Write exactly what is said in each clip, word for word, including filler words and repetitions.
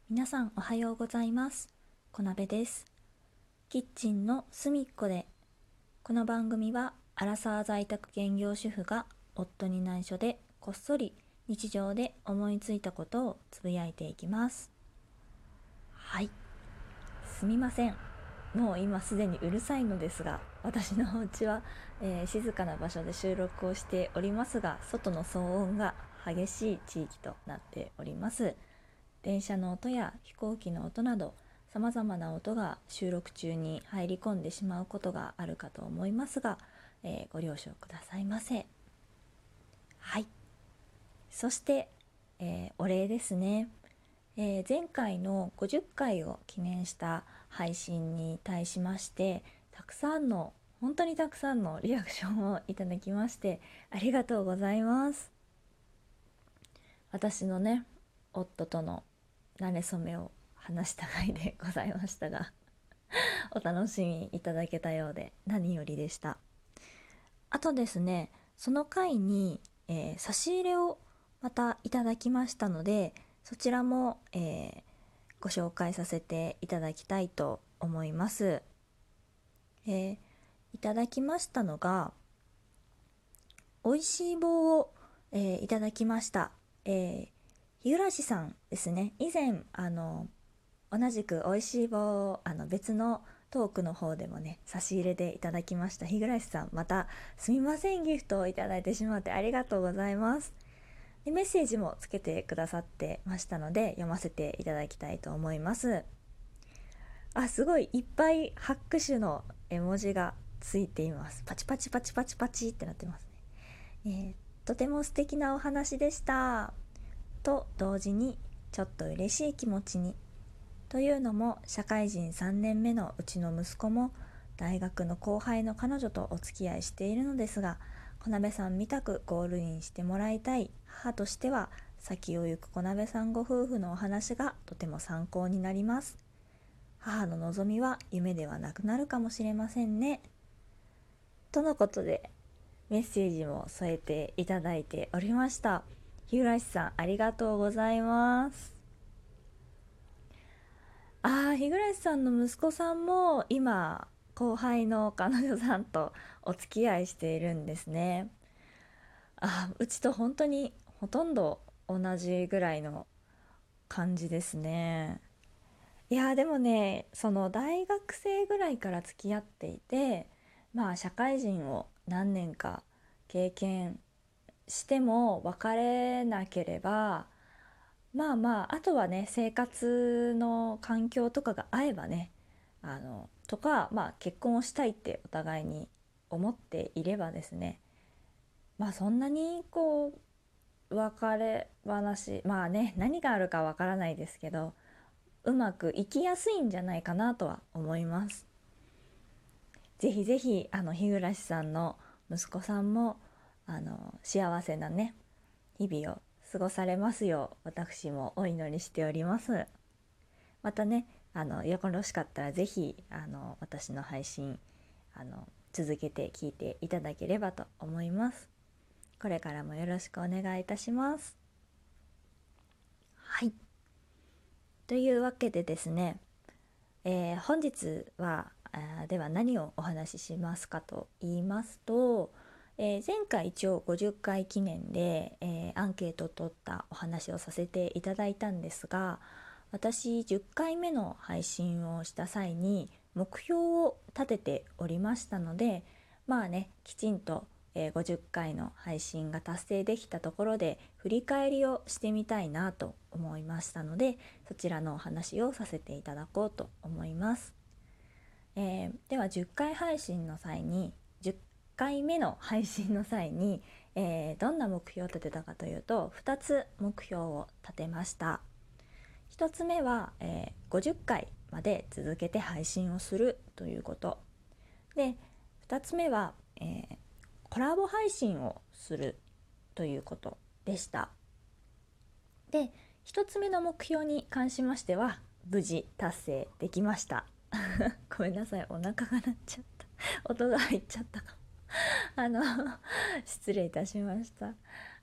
皆さんおはようございます。こなべです。キッチンの隅っこで。この番組はアラサー在宅兼業主婦が夫に内緒でこっそり日常で思いついたことをつぶやいていきます。はい、すみません。もう今すでにうるさいのですが、私のお家は、えー静かな場所で収録をしておりますが、外の騒音が激しい地域となっております。電車の音や飛行機の音など、さまざまな音が収録中に入り込んでしまうことがあるかと思いますが、えーご了承くださいませ。はい。そして、えーお礼ですね。えー前回のごじゅっかいを記念した配信に対しまして、たくさんの本当にたくさんのリアクションをいただきましてありがとうございます。私のね、夫との馴れ初めを話した回でございましたがお楽しみいただけたようで何よりでした。あとですね、その回に、えー差し入れをまたいただきましたので、そちらも、えーご紹介させていただきたいと思います。えーいただきましたのが、おいしい棒を、えーいただきました。えー、日暮さんですね。以前あの同じくおいしい棒をあの別のトークの方でもね差し入れでいただきました日暮さん、またすみませんギフトをいただいてしまってありがとうございます。でメッセージもつけてくださってましたので読ませていただきたいと思います。あ、すごいいっぱい拍手の絵文字がついています。パチパチパチパチパチってなってますね。えーとても素敵なお話でしたと同時にちょっと嬉しい気持ちに。というのも社会人さんねんめのうちの息子も大学の後輩の彼女とお付き合いしているのですが、小鍋さんみたくゴールインしてもらいたい母としては、先を行く小鍋さんご夫婦のお話がとても参考になります。母の望みは夢ではなくなるかもしれませんね。とのことでメッセージも添えていただいておりました。日暮さんありがとうございます。ああ、日暮さんの息子さんも今後輩の彼女さんとお付き合いしているんですね。ああ、うちと本当にほとんど同じぐらいの感じですね。いやーでもね、その大学生ぐらいから付き合っていて、まあ社会人を何年か経験しても別れなければ、まあまああとはね生活の環境とかが合えばね、あのとかまあ結婚をしたいってお互いに思っていればですね、まあそんなにこう別れ話、まあね何があるかわからないですけど、うまくいきやすいんじゃないかなとは思います。ぜひぜひあの日暮さんの息子さんもあの幸せなね日々を過ごされますよう私もお祈りしております。またね、あのよろしかったらぜひあの私の配信あの続けて聞いていただければと思います。これからもよろしくお願いいたします。はい。というわけでですね、えー本日はあーでは何をお話ししますかと言いますと、えー前回一応ごじゅっかい記念で、えーアンケートを取ったお話をさせていただいたんですが、私じゅっかいめの配信をした際に目標を立てておりましたので、まあねきちんと、えーごじゅっかいの配信が達成できたところで振り返りをしてみたいなと思いましたので、そちらのお話をさせていただこうと思います。えーではじゅっかい配信の際にじゅっかいめの配信の際に、えーどんな目標を立てたかというとふたつ目標を立てました。ひとつめは、えーごじゅっかいまで続けて配信をするということで、ふたつめは、えーコラボ配信をするということでした。で、ひとつめの目標に関しましては無事達成できました。ごめんなさい、お腹が鳴っちゃった。音が入っちゃったかも。あの失礼いたしました。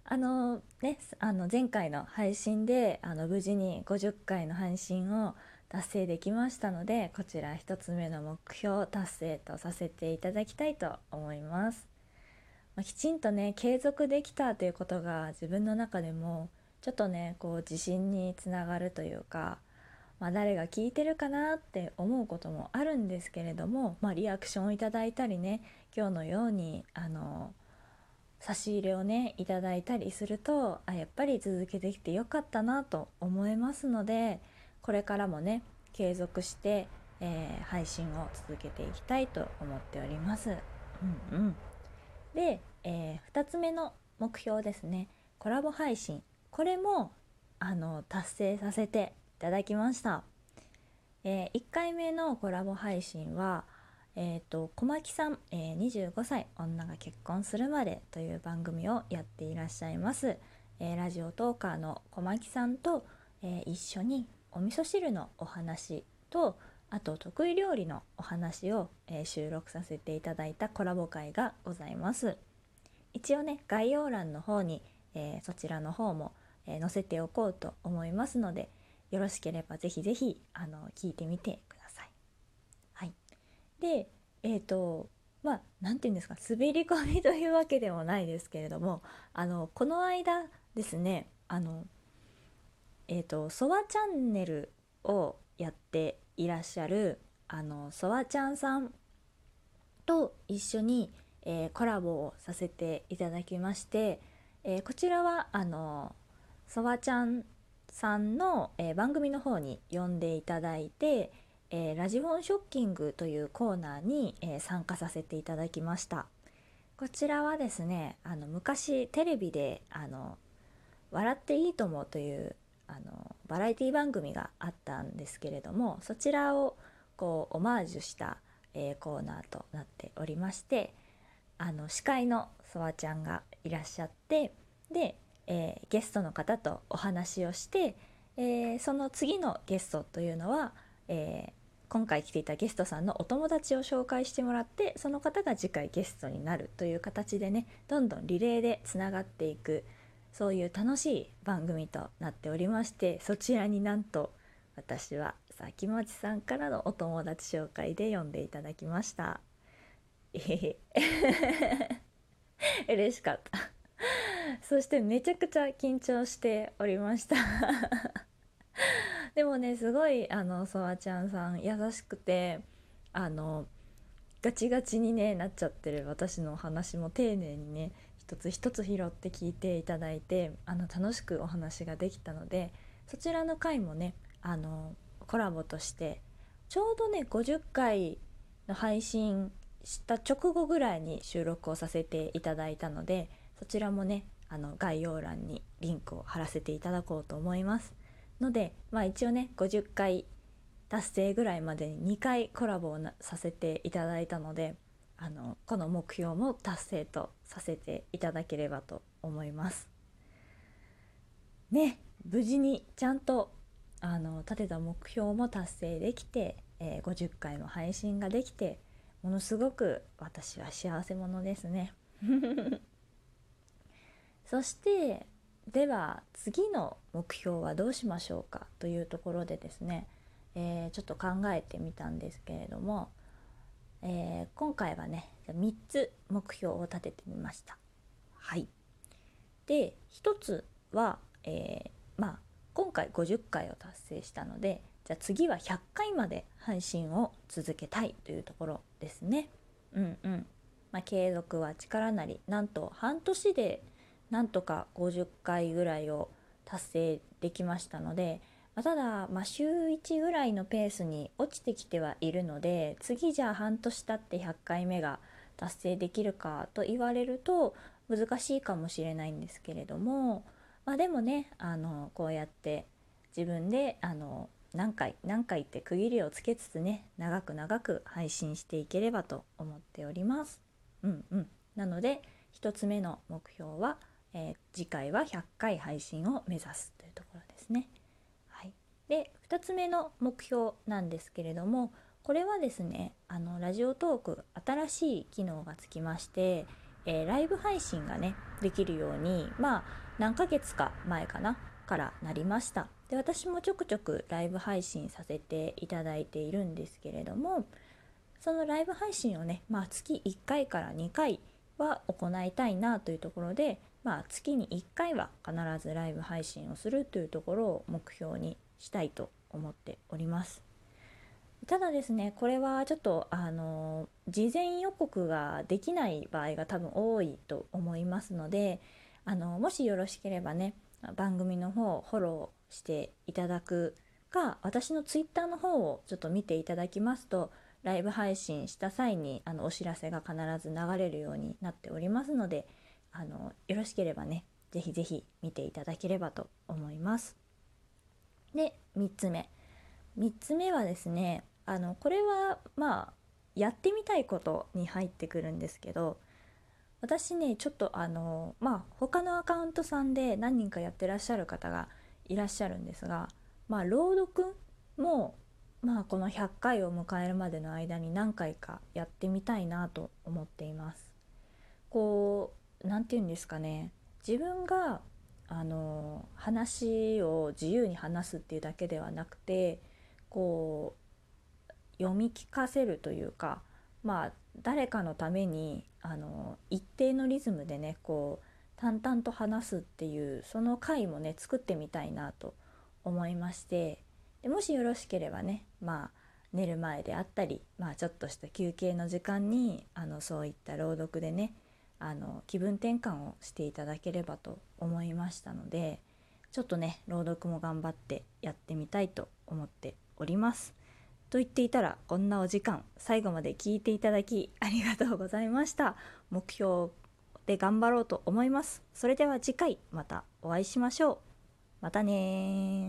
あのね、あの前回の配信であの無事にごじゅっかいの配信を達成できましたので、こちらひとつめの目標達成とさせていただきたいと思います。まあ、きちんとね継続できたということが自分の中でもちょっとねこう自信につながるというか、まあ、誰が聞いてるかなって思うこともあるんですけれども、まあ、リアクションをいただいたりね、今日のようにあの差し入れをねいただいたりすると、あやっぱり続けてきてよかったなと思いますので、これからもね継続して、えー配信を続けていきたいと思っております。うんうん。で、えーふたつめの目標ですね、コラボ配信。これもあの達成させていただきました。えーいっかいめのコラボ配信は、えーと、小牧さん、えーにじゅうごさい女が結婚するまでという番組をやっていらっしゃいます、えーラジオトーカーの小牧さんと、えー一緒にお味噌汁のお話と、あと得意料理のお話を、えー収録させていただいたコラボ会がございます。一応ね概要欄の方に、えーそちらの方も、えー載せておこうと思いますので、よろしければぜひぜひあの聞いてみてください。はい。で、えっ、とまあなんて言うんですか、滑り込みというわけでもないですけれども、あのこの間ですね、あのえっ、とソワチャンネルをやっていらっしゃるあのソワちゃんさんと一緒に、えーコラボをさせていただきまして、えーこちらはあのそばちゃんさんの、えー番組の方に呼んでいただいて、えーラジオンショッキングというコーナーに、えー参加させていただきました。こちらはですね、あの昔テレビであの笑っていいともというあのバラエティ番組があったんですけれども、そちらをこうオマージュした、えーコーナーとなっておりまして、あの司会のそわちゃんがいらっしゃって、で、えーゲストの方とお話をして、えーその次のゲストというのは、えー今回来ていたゲストさんのお友達を紹介してもらって、その方が次回ゲストになるという形でね、どんどんリレーでつながっていく、そういう楽しい番組となっておりまして、そちらになんと私は崎町さんからのお友達紹介で呼んでいただきました。えへへ嬉しかった。そしてめちゃくちゃ緊張しておりました。でもねすごいあのそわちゃんさん優しくて、あのガチガチに、ね、なっちゃってる私の話も丁寧にね一つ一つ拾って聞いていただいて、あの楽しくお話ができたので、そちらの回もねあのコラボとしてちょうどねごじゅっかいの配信した直後ぐらいに収録をさせていただいたので、そちらもねあの概要欄にリンクを貼らせていただこうと思いますので、まあ一応ねごじゅっかい達成ぐらいまでににかいコラボをなさせていただいたので、あのこの目標も達成とさせていただければと思いますね。無事にちゃんとあの立てた目標も達成できて、えーごじゅっかいも配信ができて、ものすごく私は幸せ者ですね。そしてでは次の目標はどうしましょうかというところでですね、えーちょっと考えてみたんですけれども、えー今回はねみっつ目標を立ててみました。はい。でひとつは、えーまあ今回ごじゅっかいを達成したので、じゃあ次はひゃっかいまで配信を続けたいというところですね。うんうん。まあ、継続は力なり、なんと半年でなんとかごじゅっかいぐらいを達成できましたので、まあただ、まあ、週いちぐらいのペースに落ちてきてはいるので、次じゃあ半年経ってひゃっかいめが達成できるかと言われると難しいかもしれないんですけれども、まあ、でもねあのこうやって自分であの何回何回って区切りをつけつつね、長く長く配信していければと思っております。うんうん。なのでひとつめの目標は、えー次回はひゃっかい配信を目指すというところですね。はい。でふたつめの目標なんですけれども、これはですねあのラジオトーク新しい機能がつきまして、 えーライブ配信がねできるように、まあ何ヶ月か前かなからなりました。で、私もちょくちょくライブ配信させていただいているんですけれども、そのライブ配信をね、まあ、月いっかいからにかいは行いたいなというところで、まあ、月にいっかいは必ずライブ配信をするというところを目標にしたいと思っております。ただですね、これはちょっとあの事前予告ができない場合が多分多いと思いますので、あのもしよろしければね、番組の方をフォローしていただくか、私のツイッターの方をちょっと見ていただきますと、ライブ配信した際にあのお知らせが必ず流れるようになっておりますので、あのよろしければね、ぜひぜひ見ていただければと思います。で、みっつめみっつめはですね、あのこれはまあやってみたいことに入ってくるんですけど、私ねちょっとあのまあ他のアカウントさんで何人かやってらっしゃる方がいらっしゃるんですが、まあ朗読もまあこのひゃっかいを迎えるまでの間に何回かやってみたいなと思っています。こうなんて言うんですかね、自分があの話を自由に話すっていうだけではなくて、こう読み聞かせるというか、まあ誰かのためにあの一定のリズムでね、こう淡々と話すっていうその回もね作ってみたいなと思いまして、でもしよろしければね、まあ寝る前であったり、まあちょっとした休憩の時間にあのそういった朗読でね、あの気分転換をしていただければと思いましたので、ちょっとね朗読も頑張ってやってみたいと思っております。と言っていたらこんなお時間、最後まで聞いていただきありがとうございました。目標で頑張ろうと思います。それでは次回またお会いしましょう。またね。